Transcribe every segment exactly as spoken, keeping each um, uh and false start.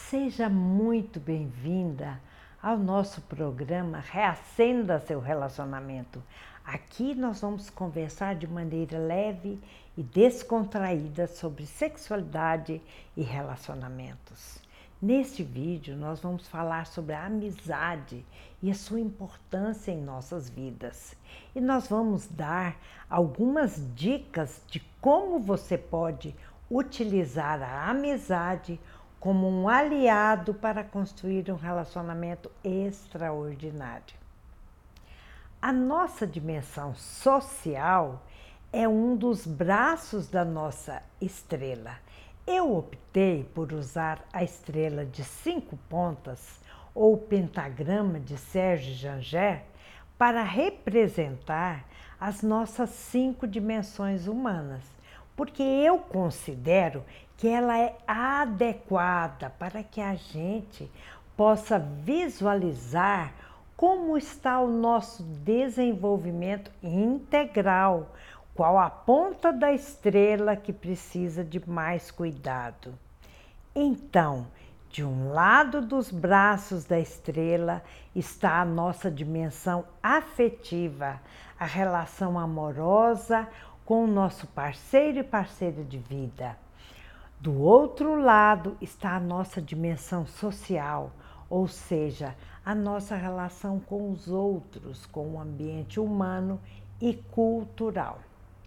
Seja muito bem-vinda ao nosso programa Reacenda Seu Relacionamento. Aqui nós vamos conversar de maneira leve e descontraída sobre sexualidade e relacionamentos. Neste vídeo nós vamos falar sobre a amizade e a sua importância em nossas vidas. E nós vamos dar algumas dicas de como você pode utilizar a amizade como um aliado para construir um relacionamento extraordinário. A nossa dimensão social é um dos braços da nossa estrela. Eu optei por usar a estrela de cinco pontas, ou pentagrama de Serge Janger, para representar as nossas cinco dimensões humanas, porque eu considero que ela é adequada para que a gente possa visualizar como está o nosso desenvolvimento integral, qual a ponta da estrela que precisa de mais cuidado. Então, de um lado dos braços da estrela está a nossa dimensão afetiva, a relação amorosa com o nosso parceiro e parceira de vida. Do outro lado está a nossa dimensão social, ou seja, a nossa relação com os outros, com o ambiente humano e cultural.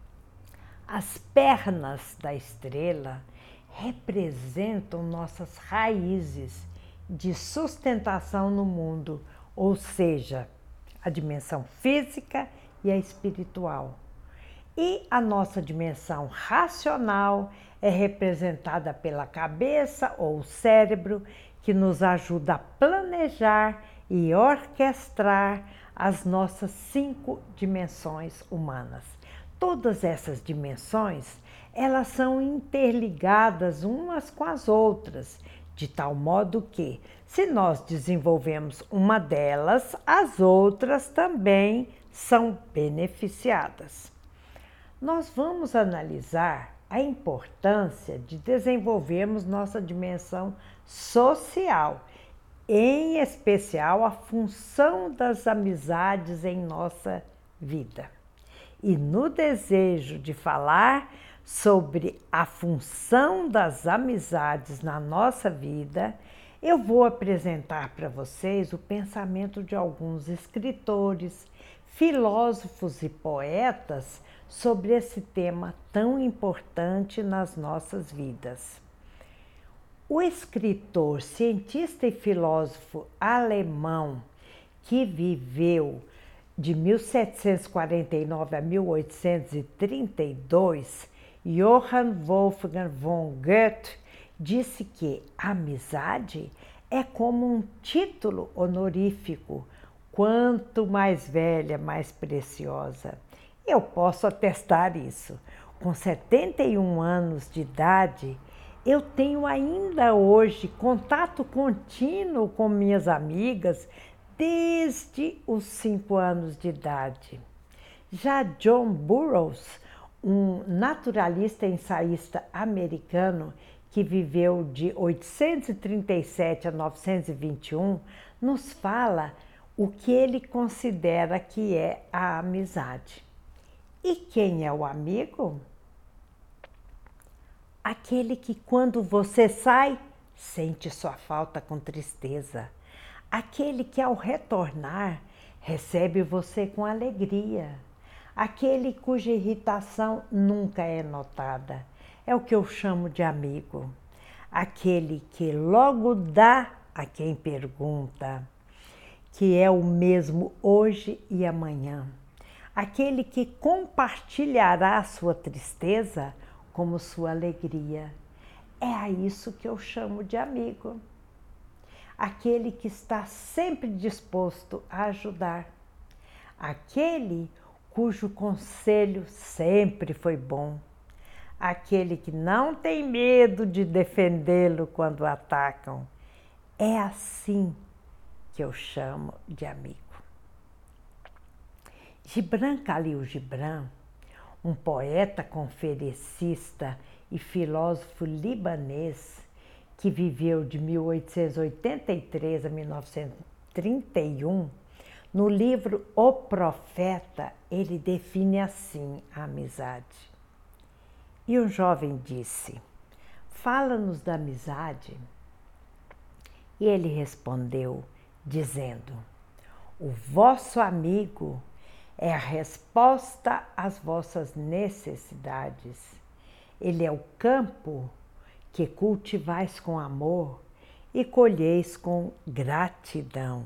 As pernas da estrela representam nossas raízes de sustentação no mundo, ou seja, a dimensão física e a espiritual. E a nossa dimensão racional é representada pela cabeça ou cérebro, que nos ajuda a planejar e orquestrar as nossas cinco dimensões humanas. Todas essas dimensões, elas são interligadas umas com as outras, de tal modo que, se nós desenvolvemos uma delas, as outras também são beneficiadas. Nós vamos analisar a importância de desenvolvermos nossa dimensão social, em especial a função das amizades em nossa vida. E no desejo de falar sobre a função das amizades na nossa vida, eu vou apresentar para vocês o pensamento de alguns escritores, filósofos e poetas sobre esse tema tão importante nas nossas vidas. O escritor, cientista e filósofo alemão que viveu de mil setecentos e quarenta e nove a mil oitocentos e trinta e dois, Johann Wolfgang von Goethe, disse que a amizade é como um título honorífico, quanto mais velha, mais preciosa. Eu posso atestar isso. Com setenta e um anos de idade, eu tenho ainda hoje contato contínuo com minhas amigas desde os cinco anos de idade. Já John Burroughs, um naturalista e ensaísta americano que viveu de oitocentos e trinta e sete a novecentos e vinte e um, nos fala o que ele considera que é a amizade. E quem é o amigo? Aquele que, quando você sai, sente sua falta com tristeza. Aquele que, ao retornar, recebe você com alegria. Aquele cuja irritação nunca é notada. É o que eu chamo de amigo. Aquele que logo dá a quem pergunta, que é o mesmo hoje e amanhã. Aquele que compartilhará a sua tristeza como sua alegria. É a isso que eu chamo de amigo. Aquele que está sempre disposto a ajudar. Aquele cujo conselho sempre foi bom. Aquele que não tem medo de defendê-lo quando atacam. É assim que eu chamo de amigo. Gibran Khalil Gibran, um poeta conferencista e filósofo libanês que viveu de mil oitocentos e oitenta e três a mil novecentos e trinta e um, no livro O Profeta, ele define assim a amizade. E o jovem disse: fala-nos da amizade. E ele respondeu, dizendo: o vosso amigo é a resposta às vossas necessidades. Ele é o campo que cultivais com amor e colheis com gratidão.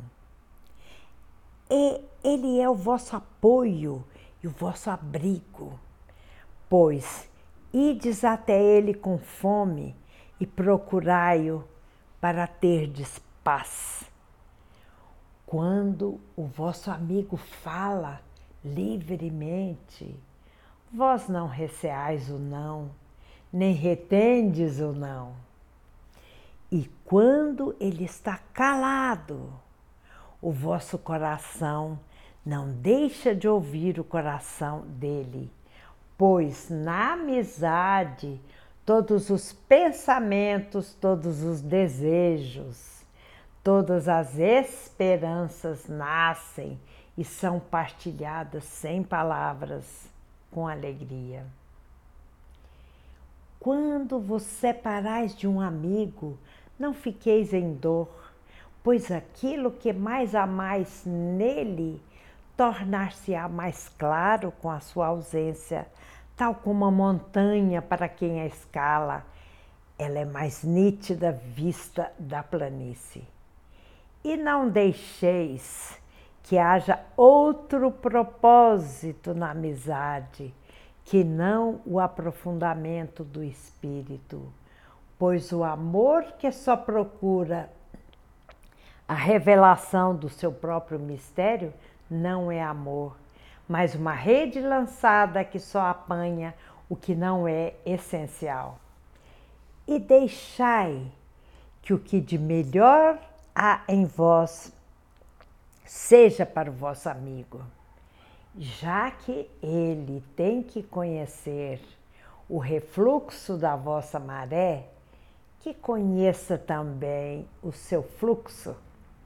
E ele é o vosso apoio e o vosso abrigo, pois ides até ele com fome e procurai-o para terdes paz. Quando o vosso amigo fala livremente, vós não receais o não, nem retendes o não. E quando ele está calado, o vosso coração não deixa de ouvir o coração dele, pois na amizade todos os pensamentos, todos os desejos, todas as esperanças nascem e são partilhadas sem palavras, com alegria. Quando vos separais de um amigo, não fiqueis em dor, pois aquilo que mais amais nele tornar-se-á mais claro com a sua ausência, tal como a montanha para quem a escala, ela é mais nítida vista da planície. E não deixeis que haja outro propósito na amizade, que não o aprofundamento do espírito, pois o amor que só procura a revelação do seu próprio mistério não é amor, mas uma rede lançada que só apanha o que não é essencial. E deixai que o que de melhor há em vós seja para o vosso amigo, já que ele tem que conhecer o refluxo da vossa maré, que conheça também o seu fluxo.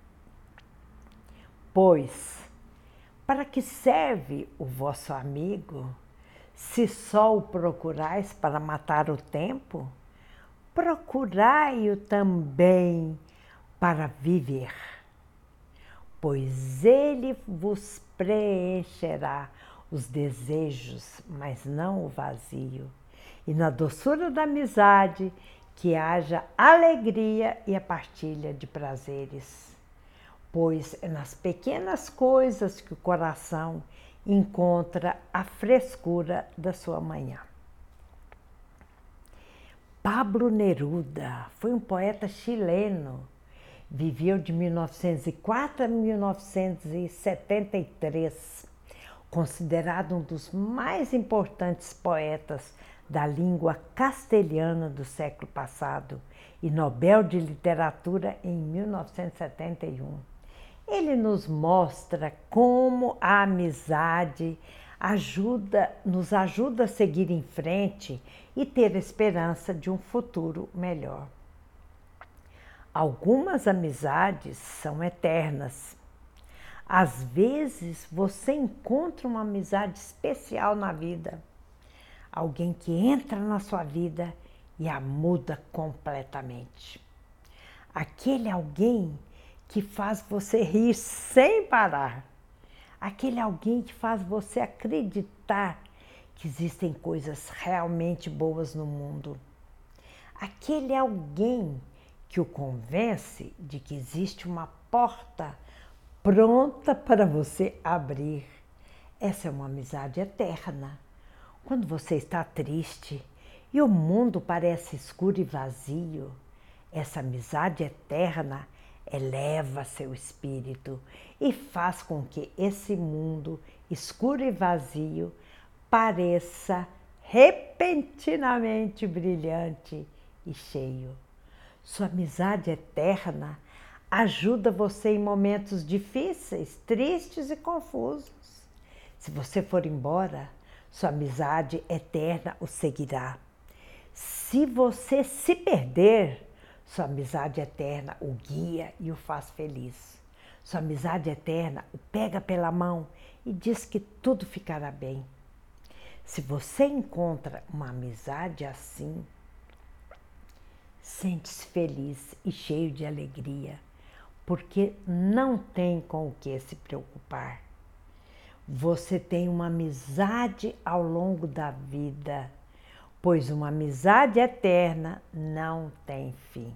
Pois, para que serve o vosso amigo, se só o procurais para matar o tempo? Procurai-o também para viver, pois ele vos preencherá os desejos, mas não o vazio. E na doçura da amizade, que haja alegria e a partilha de prazeres, pois é nas pequenas coisas que o coração encontra a frescura da sua manhã. Pablo Neruda foi um poeta chileno. Viveu de mil novecentos e quatro a mil novecentos e setenta e três, considerado um dos mais importantes poetas da língua castelhana do século passado e Nobel de Literatura em mil novecentos e setenta e um. Ele nos mostra como a amizade ajuda, nos ajuda a seguir em frente e ter esperança de um futuro melhor. Algumas amizades são eternas. Às vezes você encontra uma amizade especial na vida, alguém que entra na sua vida e a muda completamente. Aquele alguém que faz você rir sem parar, aquele alguém que faz você acreditar que existem coisas realmente boas no mundo, aquele alguém que o convence de que existe uma porta pronta para você abrir. Essa é uma amizade eterna. Quando você está triste e o mundo parece escuro e vazio, essa amizade eterna eleva seu espírito e faz com que esse mundo escuro e vazio pareça repentinamente brilhante e cheio. Sua amizade eterna ajuda você em momentos difíceis, tristes e confusos. Se você for embora, sua amizade eterna o seguirá. Se você se perder, Sua amizade eterna o guia e o faz feliz. Sua amizade eterna o pega pela mão e diz que tudo ficará bem. Se você encontra uma amizade assim, sente-se feliz e cheio de alegria, porque não tem com o que se preocupar. Você tem uma amizade ao longo da vida, pois uma amizade eterna não tem fim.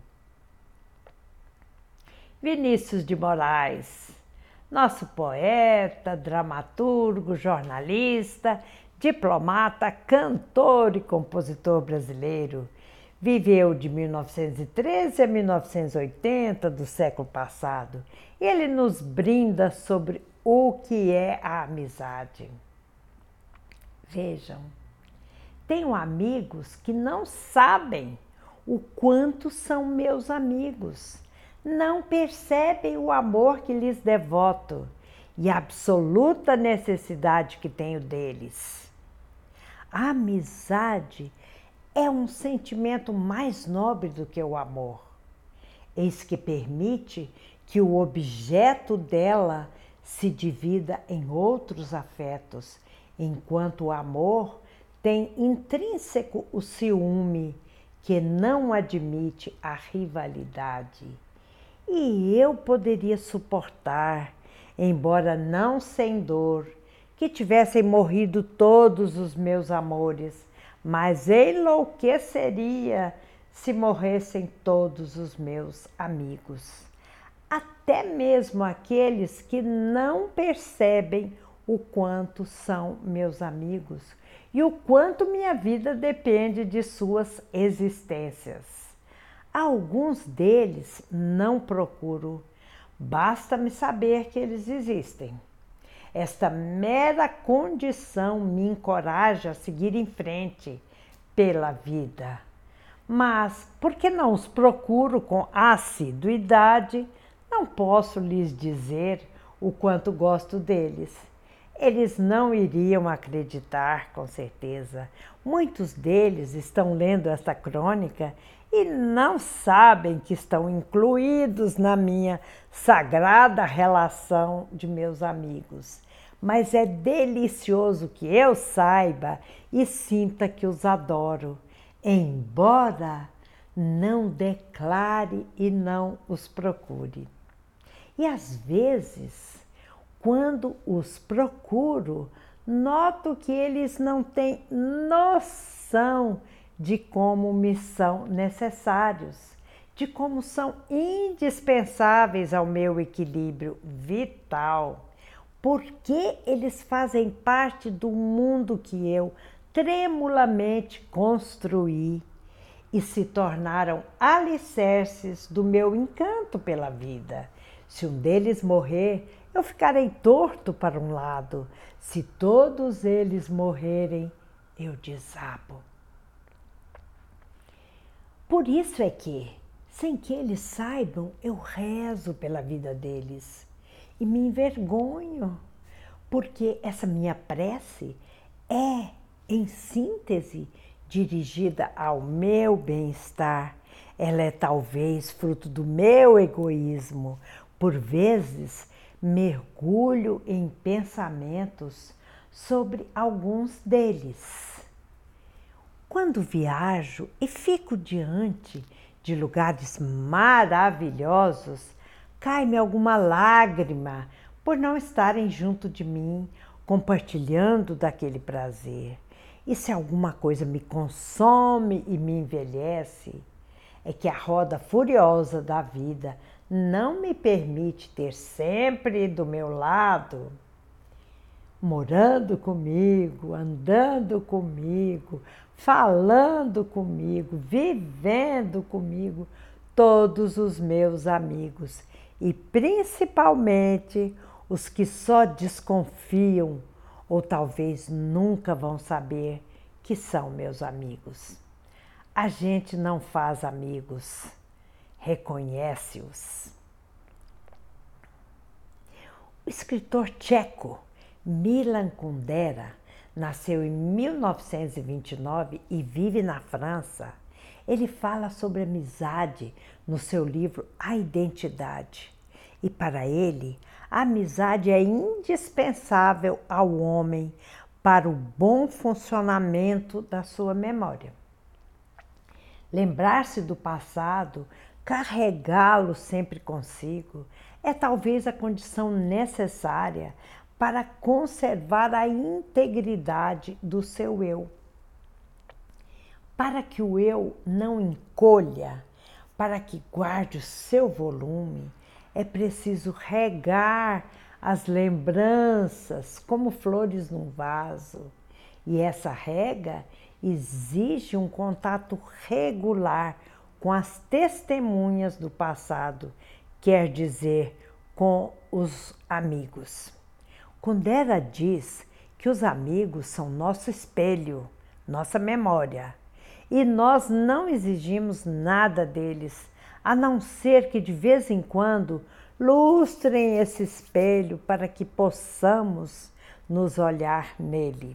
Vinícius de Moraes, nosso poeta, dramaturgo, jornalista, diplomata, cantor e compositor brasileiro. Viveu de mil novecentos e treze a mil novecentos e oitenta do século passado. E ele nos brinda sobre o que é a amizade. Vejam, tenho amigos que não sabem o quanto são meus amigos. Não percebem o amor que lhes devoto e a absoluta necessidade que tenho deles. A amizade é um sentimento mais nobre do que o amor. Eis que permite que o objeto dela se divida em outros afetos, enquanto o amor tem intrínseco o ciúme, que não admite a rivalidade. E eu poderia suportar, embora não sem dor, que tivessem morrido todos os meus amores, mas enlouqueceria se morressem todos os meus amigos. Até mesmo aqueles que não percebem o quanto são meus amigos e o quanto minha vida depende de suas existências. Alguns deles não procuro, basta-me saber que eles existem. Esta mera condição me encoraja a seguir em frente pela vida. Mas, porque não os procuro com assiduidade, não posso lhes dizer o quanto gosto deles. Eles não iriam acreditar, com certeza. Muitos deles estão lendo esta crônica e não sabem que estão incluídos na minha sagrada relação de meus amigos. Mas é delicioso que eu saiba e sinta que os adoro, embora não declare e não os procure. E às vezes, quando os procuro, noto que eles não têm noção de como me são necessários, de como são indispensáveis ao meu equilíbrio vital, porque eles fazem parte do mundo que eu tremulamente construí e se tornaram alicerces do meu encanto pela vida. Se um deles morrer, eu ficarei torto para um lado. Se todos eles morrerem, eu desabo. Por isso é que, sem que eles saibam, eu rezo pela vida deles e me envergonho, porque essa minha prece é, em síntese, dirigida ao meu bem-estar. Ela é talvez fruto do meu egoísmo. Por vezes, mergulho em pensamentos sobre alguns deles. Quando viajo e fico diante de lugares maravilhosos, cai-me alguma lágrima por não estarem junto de mim, compartilhando daquele prazer. E se alguma coisa me consome e me envelhece, é que a roda furiosa da vida não me permite ter sempre do meu lado, morando comigo, andando comigo, falando comigo, vivendo comigo, todos os meus amigos e principalmente os que só desconfiam ou talvez nunca vão saber que são meus amigos. A gente não faz amigos, reconhece-os. O escritor tcheco Milan Kundera nasceu em mil novecentos e vinte e nove e vive na França. Ele fala sobre amizade no seu livro A Identidade. E para ele, a amizade é indispensável ao homem para o bom funcionamento da sua memória. Lembrar-se do passado, carregá-lo sempre consigo, é talvez a condição necessária para conservar a integridade do seu eu. Para que o eu não encolha, para que guarde o seu volume, é preciso regar as lembranças como flores num vaso. E essa rega exige um contato regular com as testemunhas do passado, quer dizer, com os amigos. Kundera diz que os amigos são nosso espelho, nossa memória, e nós não exigimos nada deles, a não ser que de vez em quando lustrem esse espelho para que possamos nos olhar nele.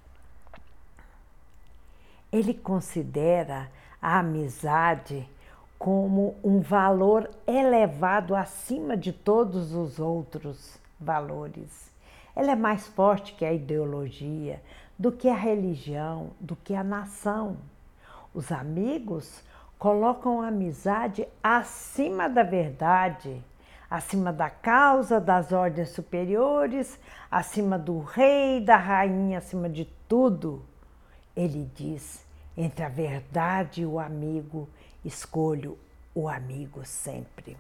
Ele considera a amizade como um valor elevado acima de todos os outros valores. Ela é mais forte que a ideologia, do que a religião, do que a nação. Os amigos colocam a amizade acima da verdade, acima da causa, das ordens superiores, acima do rei, da rainha, acima de tudo. Ele diz, entre a verdade e o amigo, escolho o amigo sempre.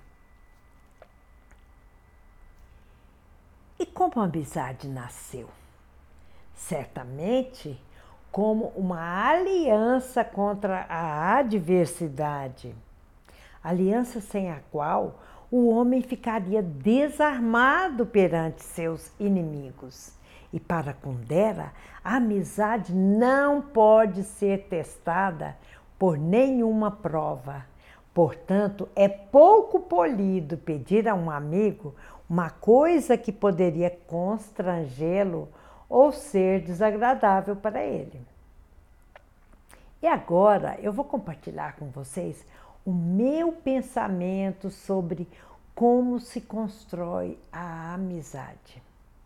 E como a amizade nasceu? Certamente como uma aliança contra a adversidade. Aliança sem a qual o homem ficaria desarmado perante seus inimigos. E para Kundera, a amizade não pode ser testada por nenhuma prova. Portanto, é pouco polido pedir a um amigo uma coisa que poderia constrangê-lo ou ser desagradável para ele. E agora eu vou compartilhar com vocês o meu pensamento sobre como se constrói a amizade.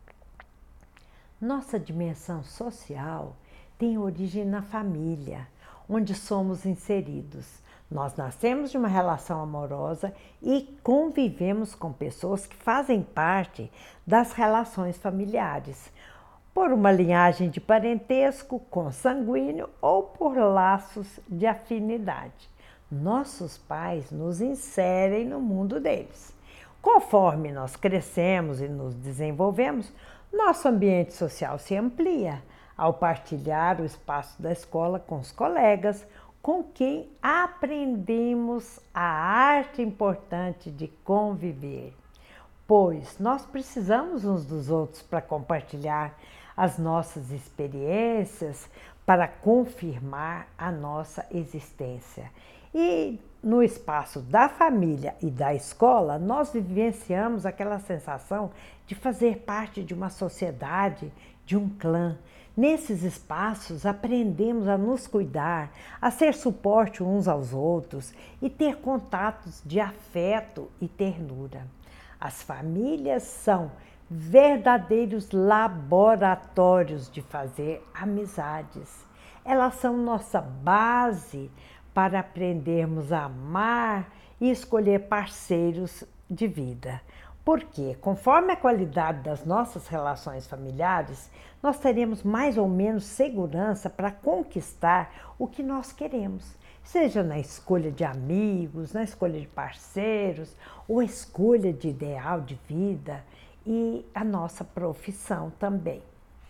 Nossa dimensão social tem origem na família, onde somos inseridos. Nós nascemos de uma relação amorosa e convivemos com pessoas que fazem parte das relações familiares, por uma linhagem de parentesco consanguíneo ou por laços de afinidade. Nossos pais nos inserem no mundo deles. Conforme nós crescemos e nos desenvolvemos, nosso ambiente social se amplia ao partilhar o espaço da escola com os colegas, com quem aprendemos a arte importante de conviver. Pois nós precisamos uns dos outros para compartilhar as nossas experiências, para confirmar a nossa existência. E no espaço da família e da escola, nós vivenciamos aquela sensação de fazer parte de uma sociedade, de um clã. Nesses espaços, aprendemos a nos cuidar, a ser suporte uns aos outros e ter contatos de afeto e ternura. As famílias são verdadeiros laboratórios de fazer amizades. Elas são nossa base para aprendermos a amar e escolher parceiros de vida. Porque, conforme a qualidade das nossas relações familiares, nós teremos mais ou menos segurança para conquistar o que nós queremos, seja na escolha de amigos, na escolha de parceiros, ou a escolha de ideal de vida e a nossa profissão também.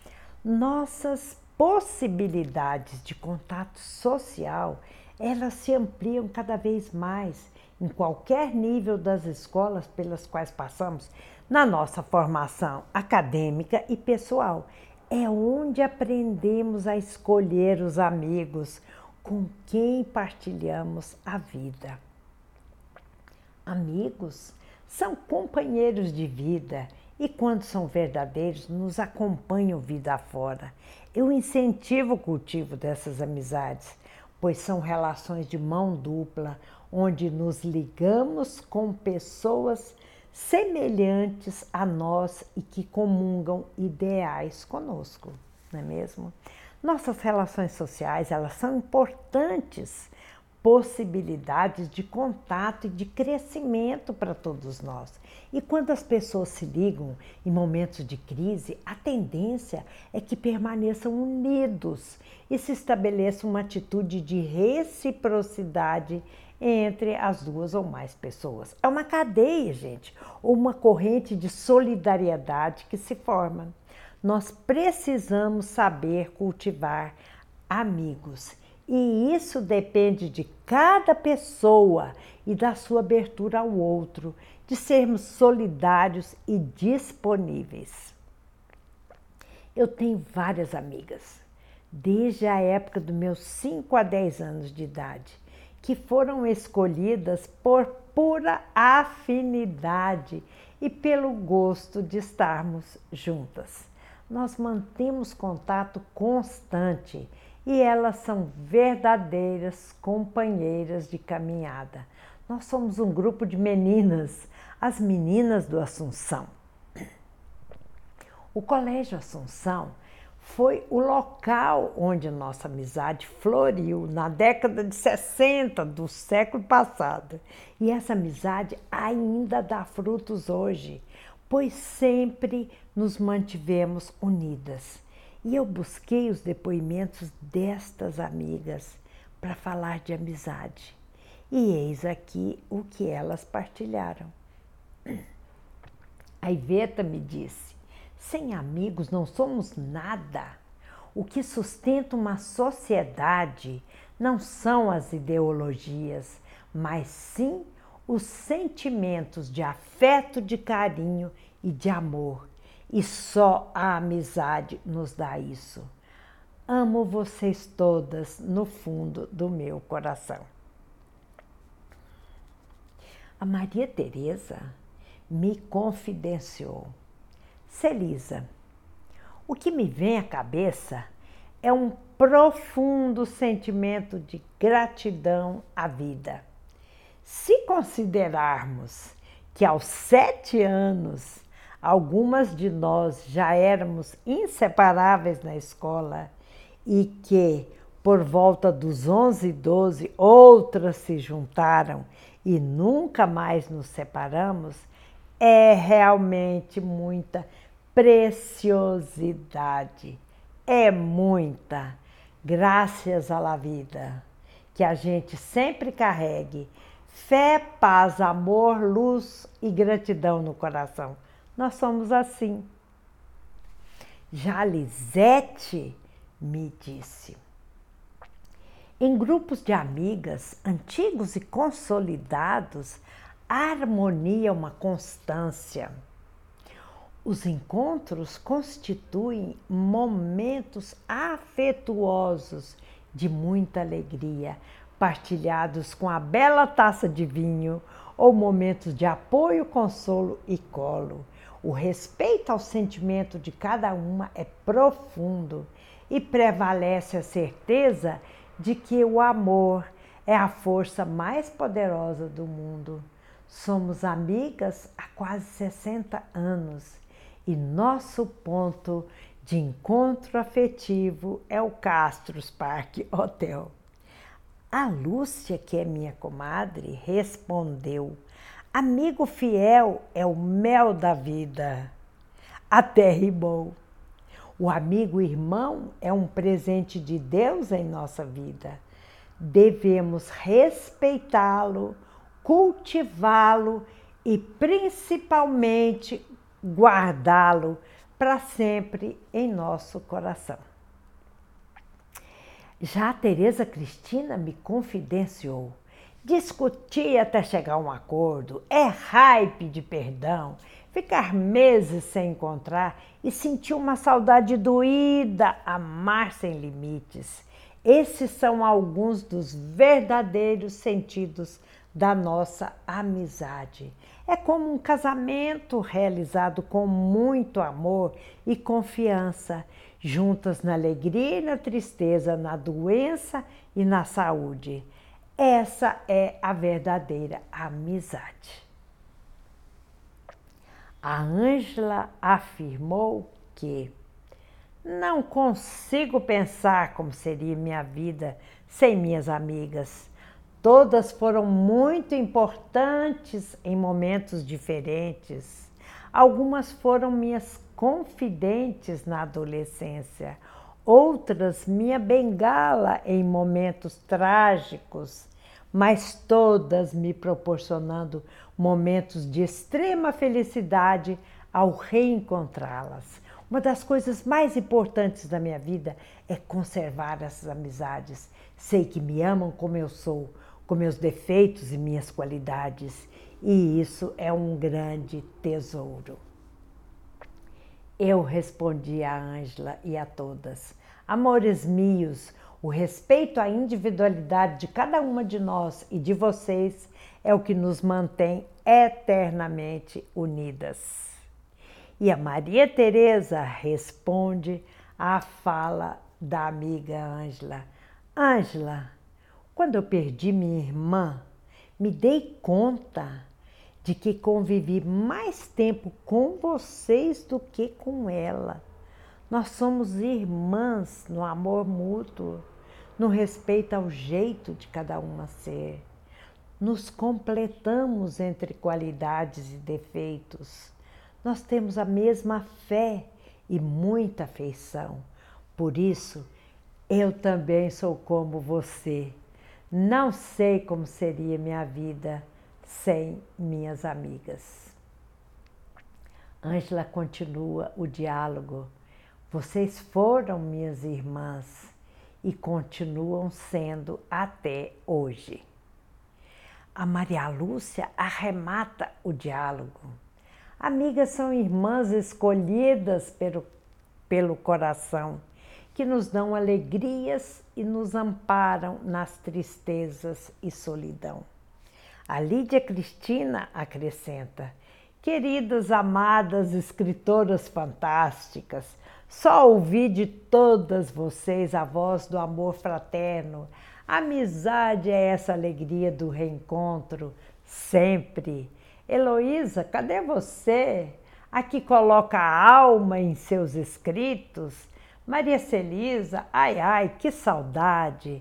Nossas possibilidades de contato social, elas se ampliam cada vez mais em qualquer nível das escolas pelas quais passamos, na nossa formação acadêmica e pessoal. É onde aprendemos a escolher os amigos com quem partilhamos a vida. Amigos são companheiros de vida e, quando são verdadeiros, nos acompanham vida afora. Eu incentivo o cultivo dessas amizades, pois são relações de mão dupla, onde nos ligamos com pessoas semelhantes a nós e que comungam ideais conosco, não é mesmo? Nossas relações sociais, elas são importantes possibilidades de contato e de crescimento para todos nós. E quando as pessoas se ligam em momentos de crise, a tendência é que permaneçam unidos e se estabeleça uma atitude de reciprocidade entre as duas ou mais pessoas. É uma cadeia, gente, ou uma corrente de solidariedade que se forma. Nós precisamos saber cultivar amigos. E isso depende de cada pessoa e da sua abertura ao outro, de sermos solidários e disponíveis. Eu tenho várias amigas, desde a época dos meus cinco a dez anos de idade, que foram escolhidas por pura afinidade e pelo gosto de estarmos juntas. Nós mantemos contato constante e elas são verdadeiras companheiras de caminhada. Nós somos um grupo de meninas, as meninas do Assunção. O Colégio Assunção foi o local onde nossa amizade floriu na década de sessenta do século passado. E essa amizade ainda dá frutos hoje, pois sempre nos mantivemos unidas. E eu busquei os depoimentos destas amigas para falar de amizade. E eis aqui o que elas partilharam. A Iveta me disse: sem amigos não somos nada. O que sustenta uma sociedade não são as ideologias, mas sim os sentimentos de afeto, de carinho e de amor. E só a amizade nos dá isso. Amo vocês todas no fundo do meu coração. A Maria Teresa me confidenciou: Celisa, o que me vem à cabeça é um profundo sentimento de gratidão à vida. Se considerarmos que aos sete anos algumas de nós já éramos inseparáveis na escola e que, por volta dos onze, doze, outras se juntaram e nunca mais nos separamos, é realmente muita preciosidade. É muita, graças à vida, que a gente sempre carregue fé, paz, amor, luz e gratidão no coração. Nós somos assim. Já Lisete me disse: em grupos de amigas antigos e consolidados, a harmonia é uma constância. Os encontros constituem momentos afetuosos de muita alegria, partilhados com a bela taça de vinho ou momentos de apoio, consolo e colo. O respeito ao sentimento de cada uma é profundo e prevalece a certeza de que o amor é a força mais poderosa do mundo. Somos amigas há quase sessenta anos e nosso ponto de encontro afetivo é o Castros Park Hotel. A Lúcia, que é minha comadre, respondeu: amigo fiel é o mel da vida. Até rimou. O amigo irmão é um presente de Deus em nossa vida. Devemos respeitá-lo, cultivá-lo e principalmente guardá-lo para sempre em nosso coração. Já a Tereza Cristina me confidenciou: discutir até chegar a um acordo, é hype de perdão, ficar meses sem encontrar e sentir uma saudade doída, amar sem limites. Esses são alguns dos verdadeiros sentidos da nossa amizade. É como um casamento realizado com muito amor e confiança, juntas na alegria e na tristeza, na doença e na saúde. Essa é a verdadeira amizade. A Ângela afirmou que não consigo pensar como seria minha vida sem minhas amigas. Todas foram muito importantes em momentos diferentes. Algumas foram minhas confidentes na adolescência, outras minha bengala em momentos trágicos, mas todas me proporcionando momentos de extrema felicidade ao reencontrá-las. Uma das coisas mais importantes da minha vida é conservar essas amizades. Sei que me amam como eu sou, com meus defeitos e minhas qualidades, e isso é um grande tesouro. Eu respondi a Ângela e a todas: amores meus, o respeito à individualidade de cada uma de nós e de vocês é o que nos mantém eternamente unidas. E a Maria Teresa responde à fala da amiga Ângela: Ângela, quando eu perdi minha irmã, me dei conta de que convivi mais tempo com vocês do que com ela. Nós somos irmãs no amor mútuo, no respeito ao jeito de cada uma ser. Nos completamos entre qualidades e defeitos. Nós temos a mesma fé e muita afeição. Por isso, eu também sou como você. Não sei como seria minha vida sem minhas amigas. Ângela continua o diálogo. Vocês foram minhas irmãs e continuam sendo até hoje. A Maria Lúcia arremata o diálogo. Amigas são irmãs escolhidas pelo, pelo coração, que nos dão alegrias e nos amparam nas tristezas e solidão. A Lídia Cristina acrescenta: queridas, amadas escritoras fantásticas, só ouvi de todas vocês a voz do amor fraterno. A amizade é essa alegria do reencontro, sempre. Heloísa, cadê você? A que coloca a alma em seus escritos? Maria Celisa, ai, ai, que saudade!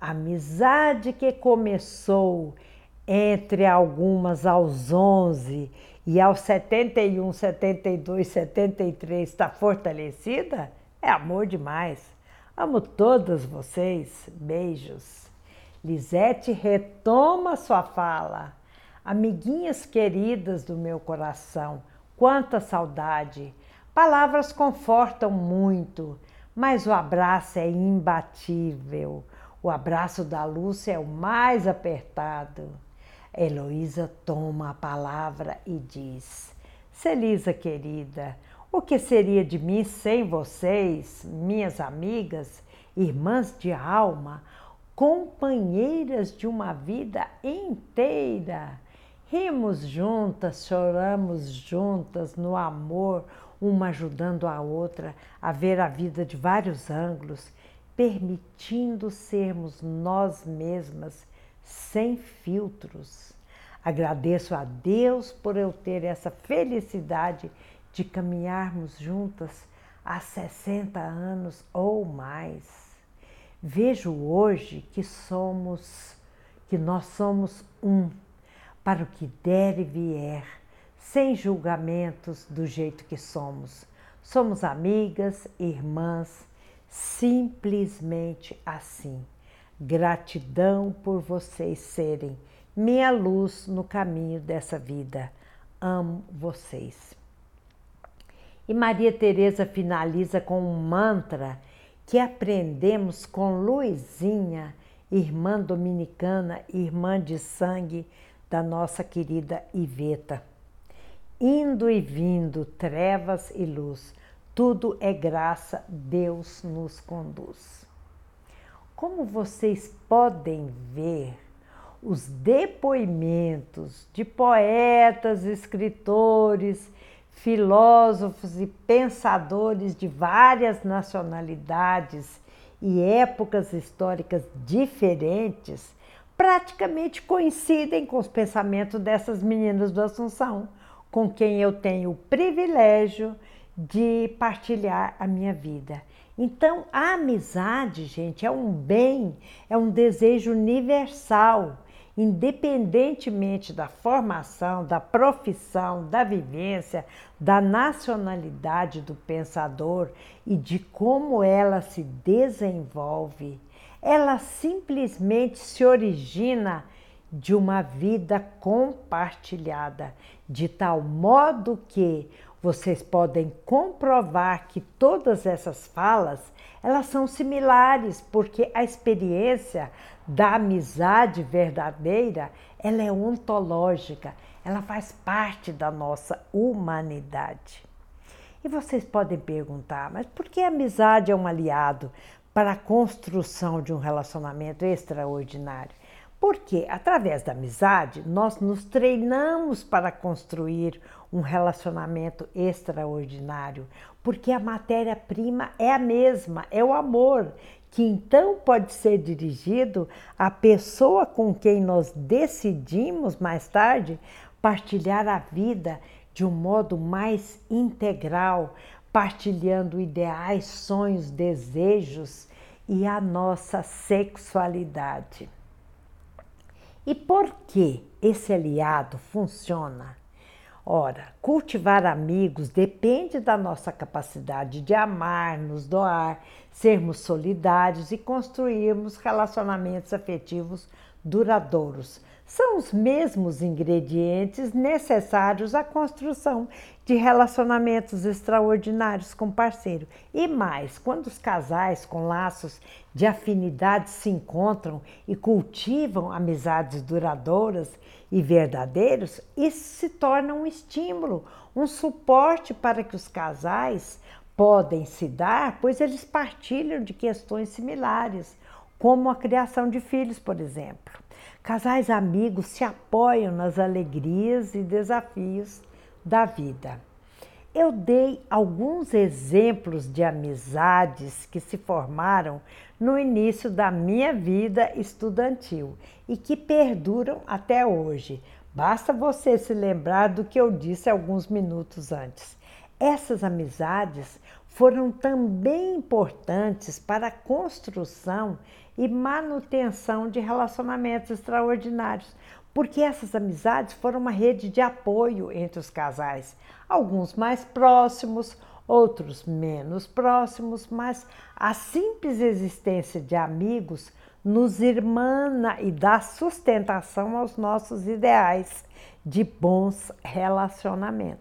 Amizade que começou entre algumas aos onze e aos setenta e um, setenta e dois, setenta e três está fortalecida? É amor demais. Amo todas vocês. Beijos. Lisete retoma sua fala. Amiguinhas queridas do meu coração, quanta saudade. Palavras confortam muito, mas o abraço é imbatível. O abraço da Lúcia é o mais apertado. Heloísa toma a palavra e diz: Celisa querida, o que seria de mim sem vocês, minhas amigas, irmãs de alma, companheiras de uma vida inteira? Rimos juntas, choramos juntas no amor, uma ajudando a outra a ver a vida de vários ângulos, permitindo sermos nós mesmas, sem filtros. Agradeço a Deus por eu ter essa felicidade de caminharmos juntas há sessenta anos ou mais. Vejo hoje que somos, que nós somos um, para o que der e vier, sem julgamentos do jeito que somos. Somos amigas, irmãs, simplesmente assim. Gratidão por vocês serem minha luz no caminho dessa vida. Amo vocês. E Maria Teresa finaliza com um mantra que aprendemos com Luizinha, irmã dominicana, irmã de sangue da nossa querida Iveta. Indo e vindo, trevas e luz, tudo é graça, Deus nos conduz. Como vocês podem ver, os depoimentos de poetas, escritores, filósofos e pensadores de várias nacionalidades e épocas históricas diferentes praticamente coincidem com os pensamentos dessas meninas do Assunção, com quem eu tenho o privilégio de partilhar a minha vida. Então, a amizade, gente, é um bem, é um desejo universal, independentemente da formação, da profissão, da vivência, da nacionalidade do pensador e de como ela se desenvolve. Ela simplesmente se origina de uma vida compartilhada, de tal modo que vocês podem comprovar que todas essas falas, elas são similares, porque a experiência da amizade verdadeira, ela é ontológica, ela faz parte da nossa humanidade. E vocês podem perguntar, mas por que a amizade é um aliado para a construção de um relacionamento extraordinário? Porque, através da amizade, nós nos treinamos para construir um relacionamento extraordinário, porque a matéria-prima é a mesma, é o amor, que então pode ser dirigido à pessoa com quem nós decidimos mais tarde partilhar a vida de um modo mais integral, partilhando ideais, sonhos, desejos e a nossa sexualidade. E por que esse aliado funciona? Ora, cultivar amigos depende da nossa capacidade de amar, nos doar, sermos solidários e construirmos relacionamentos afetivos duradouros. São os mesmos ingredientes necessários à construção de relacionamentos extraordinários com parceiro. E mais, quando os casais com laços de afinidade se encontram e cultivam amizades duradouras e verdadeiras, isso se torna um estímulo, um suporte para que os casais podem se dar, pois eles partilham de questões similares, como a criação de filhos, por exemplo. Casais amigos se apoiam nas alegrias e desafios da vida. Eu dei alguns exemplos de amizades que se formaram no início da minha vida estudantil e que perduram até hoje. Basta você se lembrar do que eu disse alguns minutos antes. Essas amizades foram também importantes para a construção e manutenção de relacionamentos extraordinários, porque essas amizades foram uma rede de apoio entre os casais, alguns mais próximos, outros menos próximos, mas a simples existência de amigos nos irmana e dá sustentação aos nossos ideais de bons relacionamentos.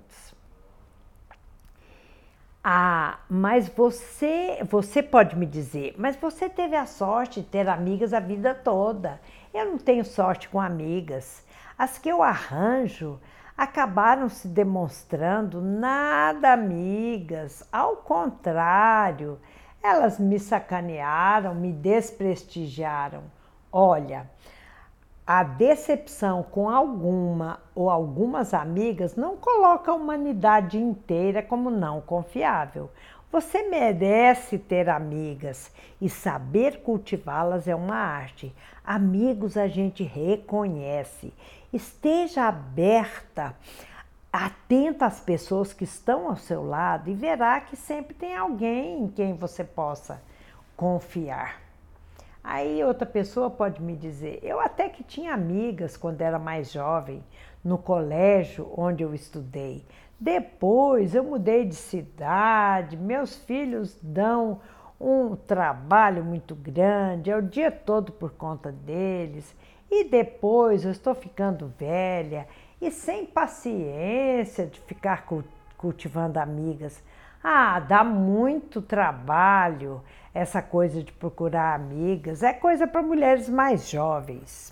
Ah, mas você, você pode me dizer, mas você teve a sorte de ter amigas a vida toda. Eu não tenho sorte com amigas. As que eu arranjo acabaram se demonstrando nada amigas. Ao contrário, elas me sacanearam, me desprestigiaram. Olha, a decepção com alguma ou algumas amigas não coloca a humanidade inteira como não confiável. Você merece ter amigas e saber cultivá-las é uma arte. Amigos a gente reconhece. Esteja aberta, atenta às pessoas que estão ao seu lado e verá que sempre tem alguém em quem você possa confiar. Aí outra pessoa pode me dizer, eu até que tinha amigas quando era mais jovem, no colégio onde eu estudei. Depois eu mudei de cidade, meus filhos dão um trabalho muito grande, é o dia todo por conta deles. E depois eu estou ficando velha e sem paciência de ficar cultivando amigas. Ah, dá muito trabalho essa coisa de procurar amigas, é coisa para mulheres mais jovens.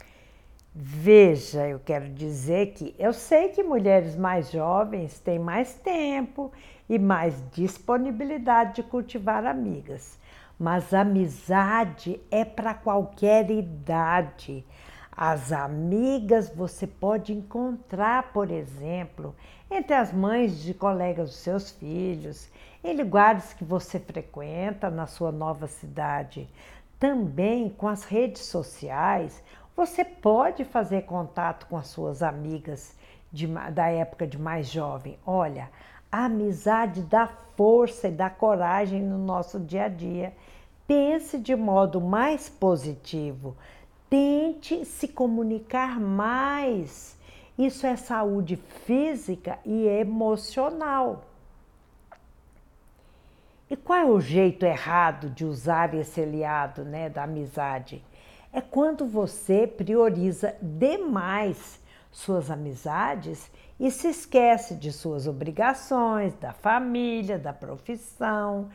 Veja, eu quero dizer que eu sei que mulheres mais jovens têm mais tempo e mais disponibilidade de cultivar amigas, mas amizade é para qualquer idade. As amigas você pode encontrar, por exemplo, entre as mães de colegas dos seus filhos, em lugares que você frequenta na sua nova cidade. Também com as redes sociais, você pode fazer contato com as suas amigas de, da época de mais jovem. Olha, a amizade dá força e dá coragem no nosso dia a dia. Pense de modo mais positivo. Tente se comunicar mais. Isso é saúde física e emocional. E qual é o jeito errado de usar esse aliado, né, da amizade? É quando você prioriza demais suas amizades e se esquece de suas obrigações, da família, da profissão,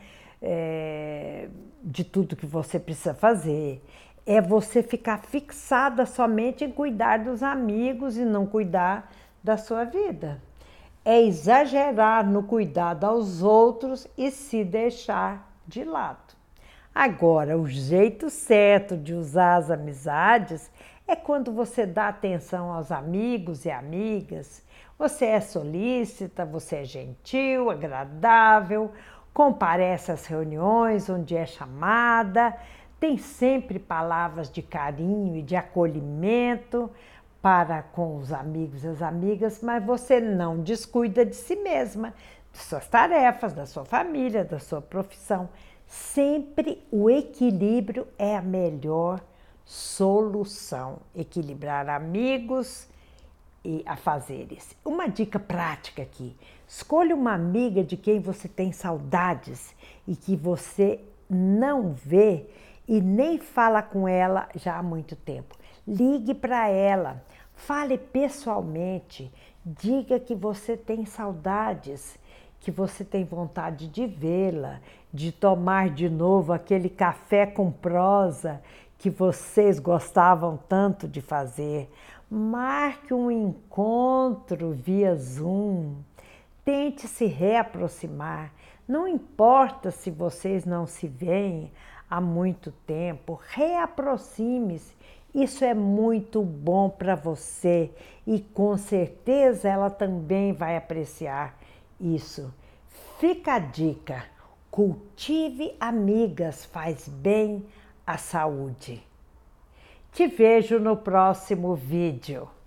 é, de tudo que você precisa fazer. É você ficar fixada somente em cuidar dos amigos e não cuidar da sua vida. É exagerar no cuidado aos outros e se deixar de lado. Agora, o jeito certo de usar as amizades é quando você dá atenção aos amigos e amigas. Você é solícita, você é gentil, agradável, comparece às reuniões onde é chamada, tem sempre palavras de carinho e de acolhimento para com os amigos e as amigas, mas você não descuida de si mesma, de suas tarefas, da sua família, da sua profissão. Sempre o equilíbrio é a melhor solução. Equilibrar amigos e afazeres. Uma dica prática aqui. Escolha uma amiga de quem você tem saudades e que você não vê e nem fala com ela já há muito tempo. Ligue para ela, fale pessoalmente, diga que você tem saudades, que você tem vontade de vê-la, de tomar de novo aquele café com prosa que vocês gostavam tanto de fazer. Marque um encontro via Zoom, tente se reaproximar. Não importa se vocês não se veem há muito tempo, reaproxime-se. Isso é muito bom para você e com certeza ela também vai apreciar isso. Fica a dica, cultive amigas, faz bem à saúde. Te vejo no próximo vídeo.